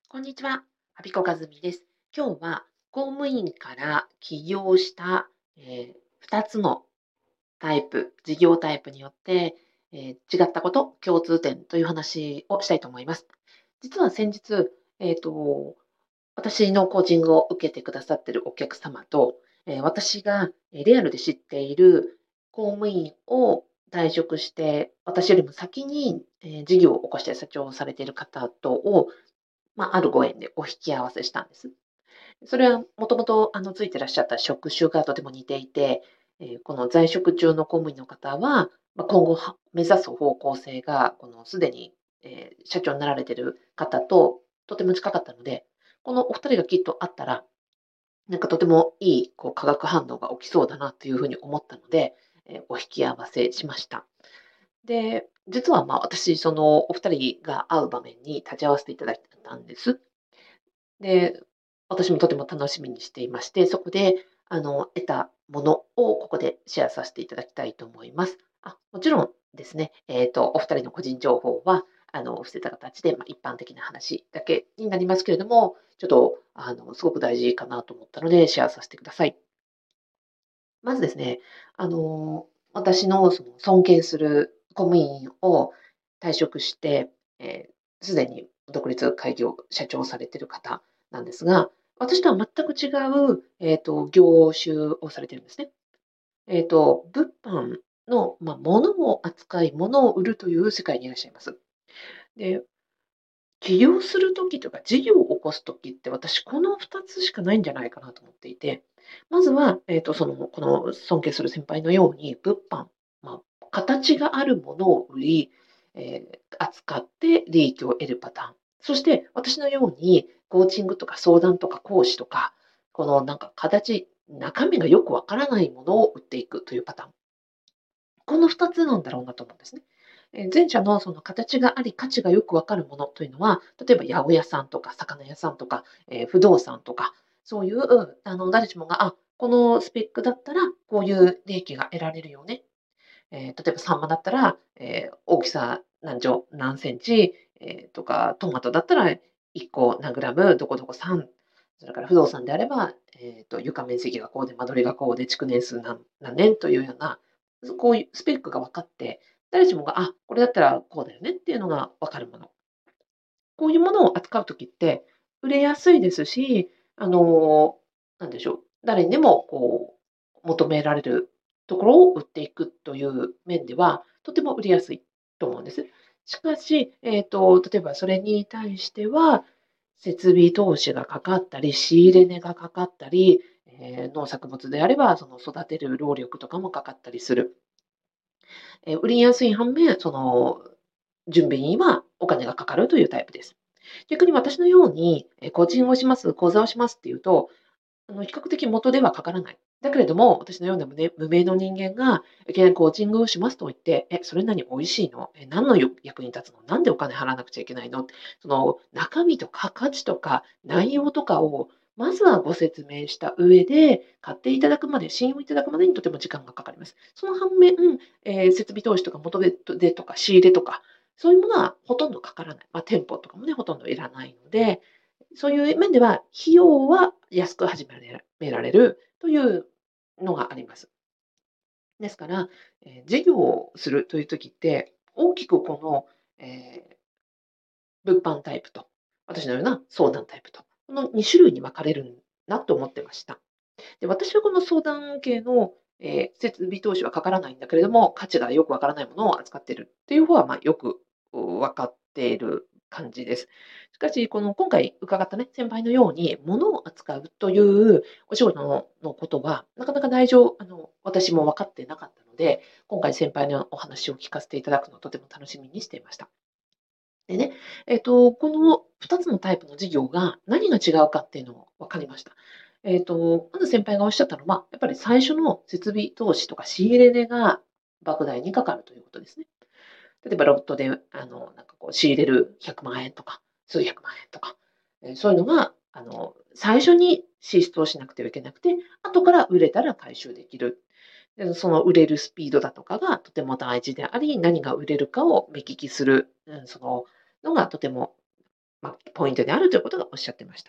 こんにちは。アビコカズミです。今日は公務員から起業した、2つのタイプ、事業タイプによって、違ったこと、共通点という話をしたいと思います。実は先日、私のコーチングを受けてくださっているお客様と、私がリアルで知っている公務員を退職して、私よりも先に事業を起こして社長をされている方とをあるご縁でお引き合わせしたんです。それはもともとついてらっしゃった職種がとても似ていて、この在職中の公務員の方は、今後目指す方向性が、このすでに、社長になられている方ととても近かったので、このお二人がきっと会ったら、なんかとてもいい化学反応が起きそうだなというふうに思ったので、お引き合わせしました。で、実は私、そのお二人が会う場面に立ち会わせていただいたんです。で、私もとても楽しみにしていまして、そこで、得たものをここでシェアさせていただきたいと思います。もちろんですね、お二人の個人情報は、伏せた形で、一般的な話だけになりますけれども、ちょっと、すごく大事かなと思ったので、シェアさせてください。まずですね、私のその尊敬する公務員を退職して、すでに独立開業、社長されている方なんですが、私とは全く違う、業種をされているんですね。物販の、物を扱い、物を売るという世界にいらっしゃいます。で、起業するときとか事業を起こすときって、私この2つしかないんじゃないかなと思っていて、まずは、この尊敬する先輩のように、物販、形があるものを売り、扱って利益を得るパターン。そして、私のように、コーチングとか相談とか講師とか、このなんか形、中身がよくわからないものを売っていくというパターン。この2つなんだろうなと思うんですね。前者のその形があり、価値がよくわかるものというのは、例えば八百屋さんとか魚屋さんとか、不動産とか、そういう、誰しもが、このスペックだったら、こういう利益が得られるよね。例えばサンマだったら、大きさ何畳、何センチ、とか、トマトだったら1個何グラム、どこどこ産、それから不動産であれば、床面積がこうで、間取りがこうで、築年数何年というような、こういうスペックが分かって、誰しもが、これだったらこうだよねっていうのが分かるもの。こういうものを扱うときって、売れやすいですし、なんでしょう、誰にでも求められるところを売っていくという面では、とても売りやすいと思うんです。しかし、例えばそれに対しては、設備投資がかかったり、仕入れ値がかかったり、農作物であれば、その育てる労力とかもかかったりする。売りやすい反面、その準備にはお金がかかるというタイプです。逆に私のように、コーチングをします、講座をしますっていうと、比較的元ではかからない。だけれども、私のような無名の人間が、いきなりコーチングをしますと言って、それ何美味しいの何の役に立つのなんでお金払わなくちゃいけないのその中身とか価値とか内容とかを、まずはご説明した上で、買っていただくまで、信用いただくまでにとても時間がかかります。その反面、設備投資とか元でとか仕入れとか、そういうものはほとんどかからない。店舗とかもね、ほとんどいらないので、そういう面では、費用は安く始められるというのがあります。ですから、事業をするという時って、大きくこの、物販タイプと、私のような相談タイプと、この2種類に分かれるなと思ってました。で、私はこの相談系の、設備投資はかからないんだけれども、価値がよくわからないものを扱っているっていう方は、よく分かっている感じです。しかし、この今回伺ったね、先輩のように、物を扱うというお仕事のことは、なかなか私も分かってなかったので、今回先輩のお話を聞かせていただくのをとても楽しみにしていました。でね、この2つのタイプの事業が何が違うかっていうのも分かりました。まず先輩がおっしゃったのは、やっぱり最初の設備投資とか仕入れ値が莫大にかかるということですね。例えばロットで、仕入れる100万円とか、数百万円とか、そういうのが、最初に支出をしなくてはいけなくて、後から売れたら回収できる。でその売れるスピードだとかがとても大事であり、何が売れるかを目利きする、そののがとてもポイントであるということがおっしゃってました。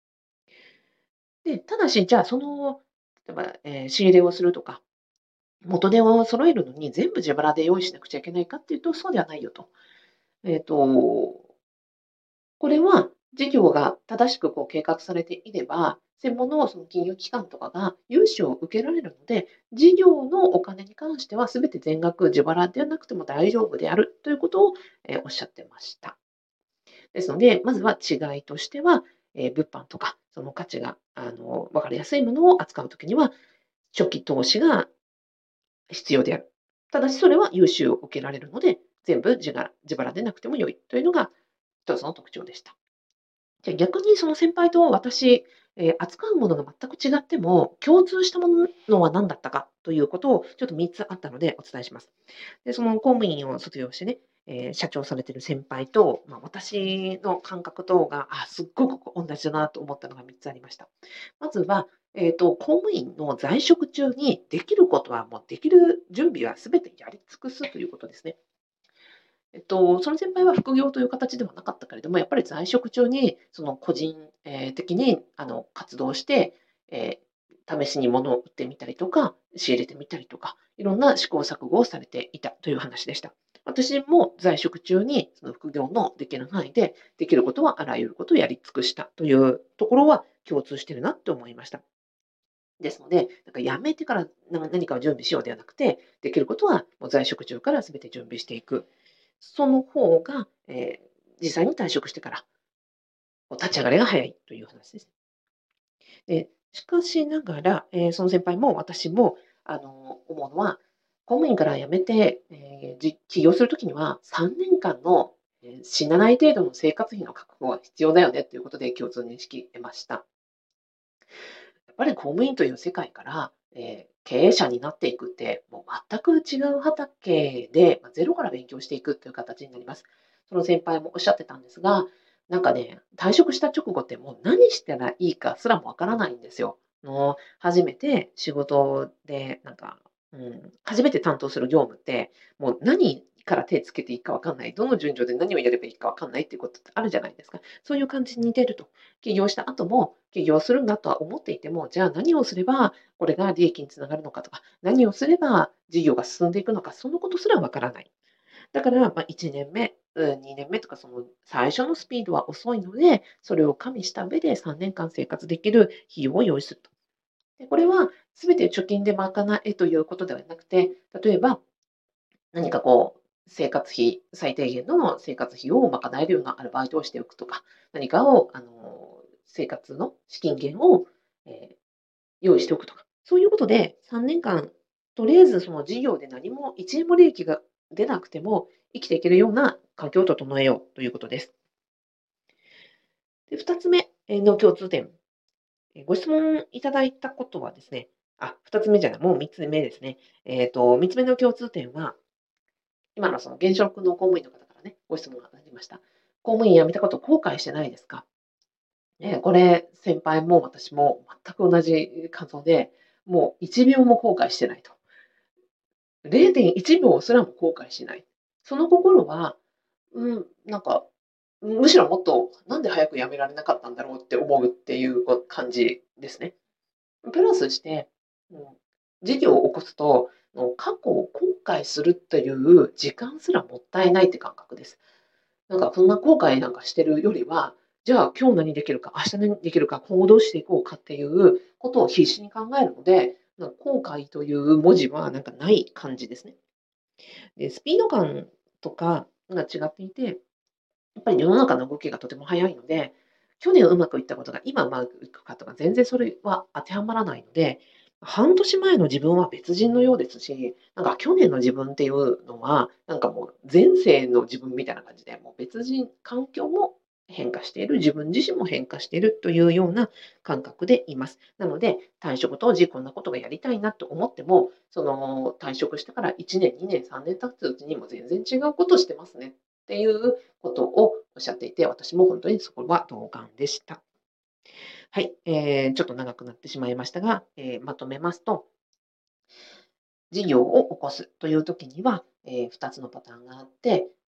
で、ただし、じゃあ、例えば、仕入れをするとか、元手を揃えるのに全部自腹で用意しなくちゃいけないかっていうと、そうではないよと。えっと、これは事業が正しく計画されていれば、専門のその金融機関とかが融資を受けられるので、事業のお金に関しては全て全額自腹ではなくても大丈夫であるということを、おっしゃってました。ですので、まずは違いとしては、物販とか、その価値が分かりやすいものを扱うときには、初期投資が必要である。ただし、それは融資を受けられるので、全部自腹でなくても良いというのが一つの特徴でした。じゃあ逆にその先輩と私、扱うものが全く違っても、共通したものは何だったかということをちょっと3つあったのでお伝えします。で、その公務員を卒業してね、社長されてる先輩と、私の感覚とが、すっごく同じだなと思ったのが3つありました。まずは、公務員の在職中にできることはもうできる準備は全てやり尽くすということですね。その先輩は副業という形ではなかったけれども、やっぱり在職中にその個人的に活動して、試しに物を売ってみたりとか、仕入れてみたりとか、いろんな試行錯誤をされていたという話でした。私も在職中にその副業のできる範囲で、できることはあらゆることをやり尽くしたというところは共通しているなって思いました。ですので、なんか辞めてから何かを準備しようではなくて、できることはもう在職中から全て準備していく。その方が、実際に退職してから立ち上がりが早いという話です。でしかしながら、その先輩も私も思うのは、公務員から辞めて、起業するときには3年間の、死なない程度の生活費の確保が必要だよねということで共通認識を得ました。やっぱり公務員という世界から、経営者になっていくって、もう全く違う畑で、ゼロから勉強していくという形になります。その先輩もおっしゃってたんですが、なんかね、退職した直後ってもう何したらいいかすらもわからないんですよ。初めて仕事で、初めて担当する業務って、もう何から手つけていいかわかんない。どの順序で何をやればいいかわかんないっていうことってあるじゃないですか。そういう感じに似てると。起業した後も、起業するんだとは思っていても、じゃあ何をすればこれが利益につながるのかとか、何をすれば事業が進んでいくのか、そのことすらわからない。だから、1年目、2年目とか、その最初のスピードは遅いので、それを加味した上で3年間生活できる費用を用意すると。でこれは全て貯金で賄えということではなくて、例えば何か生活費、最低限の生活費を賄えるようなアルバイトをしておくとか、何かを、生活の資金源を、えー用意しておくとか、そういうことで3年間、とりあえずその事業で何も1円も利益が出なくても生きていけるような環境を整えようということです。で2つ目の共通点、ご質問いただいたことはですね、2つ目じゃない、もう3つ目ですね。3つ目の共通点は、今のその現職の公務員の方からね、ご質問がありました。公務員辞めたこと後悔してないですか？ね、これ、先輩も私も全く同じ感想で、もう1秒も後悔してないと。0.1秒すらも後悔しない。その心は、なんか、むしろもっと、なんで早く辞められなかったんだろうって思うっていう感じですね。プラスして、うん、事業を起こすと、過去を後悔するっていう時間すらもったいないって感覚です。なんか、そんな後悔なんかしてるよりは、じゃあ今日何できるか、明日何できるか、行動していこうかっていうことを必死に考えるので、なんか後悔という文字はなんかない感じですね。で、スピード感とかが違っていて、やっぱり世の中の動きがとても速いので、去年うまくいったことが今うまくいくかとか、全然それは当てはまらないので、半年前の自分は別人のようですし、なんか去年の自分っていうのは、なんかもう前世の自分みたいな感じで、もう別人、環境も変化している、自分自身も変化しているというような感覚でいます。なので、退職当時こんなことがやりたいなと思っても、その退職してから1年、2年、3年経つうちにも全然違うことをしてますねっていうことをおっしゃっていて、私も本当にそこは同感でした。はい、ちょっと長くなってしまいましたが、まとめますと、事業を起こすという時には、2つのパターンがあって、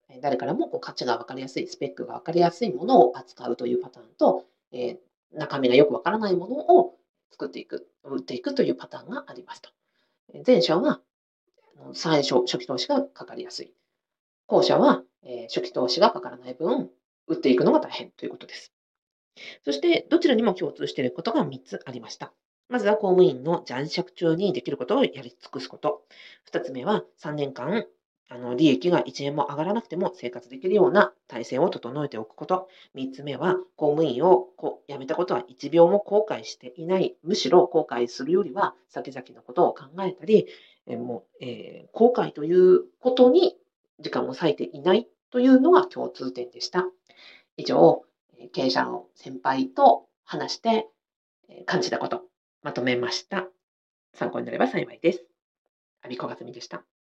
誰からも価値が分かりやすい、スペックが分かりやすいものを扱うというパターンと、中身がよく分からないものを作っていく、売っていくというパターンがありますと。前者は最初、初期投資がかかりやすい。後者は、初期投資がかからない分、売っていくのが大変ということです。そして、どちらにも共通していることが3つありました。まずは公務員の残借中にできることをやり尽くすこと。2つ目は3年間、利益が1円も上がらなくても生活できるような体制を整えておくこと。3つ目は公務員を辞めたことは1秒も後悔していない。むしろ後悔するよりは先々のことを考えたり、後悔ということに時間を割いていないというのが共通点でした。以上、経営者の先輩と話して感じたこと、まとめました。参考になれば幸いです。阿比子がずみでした。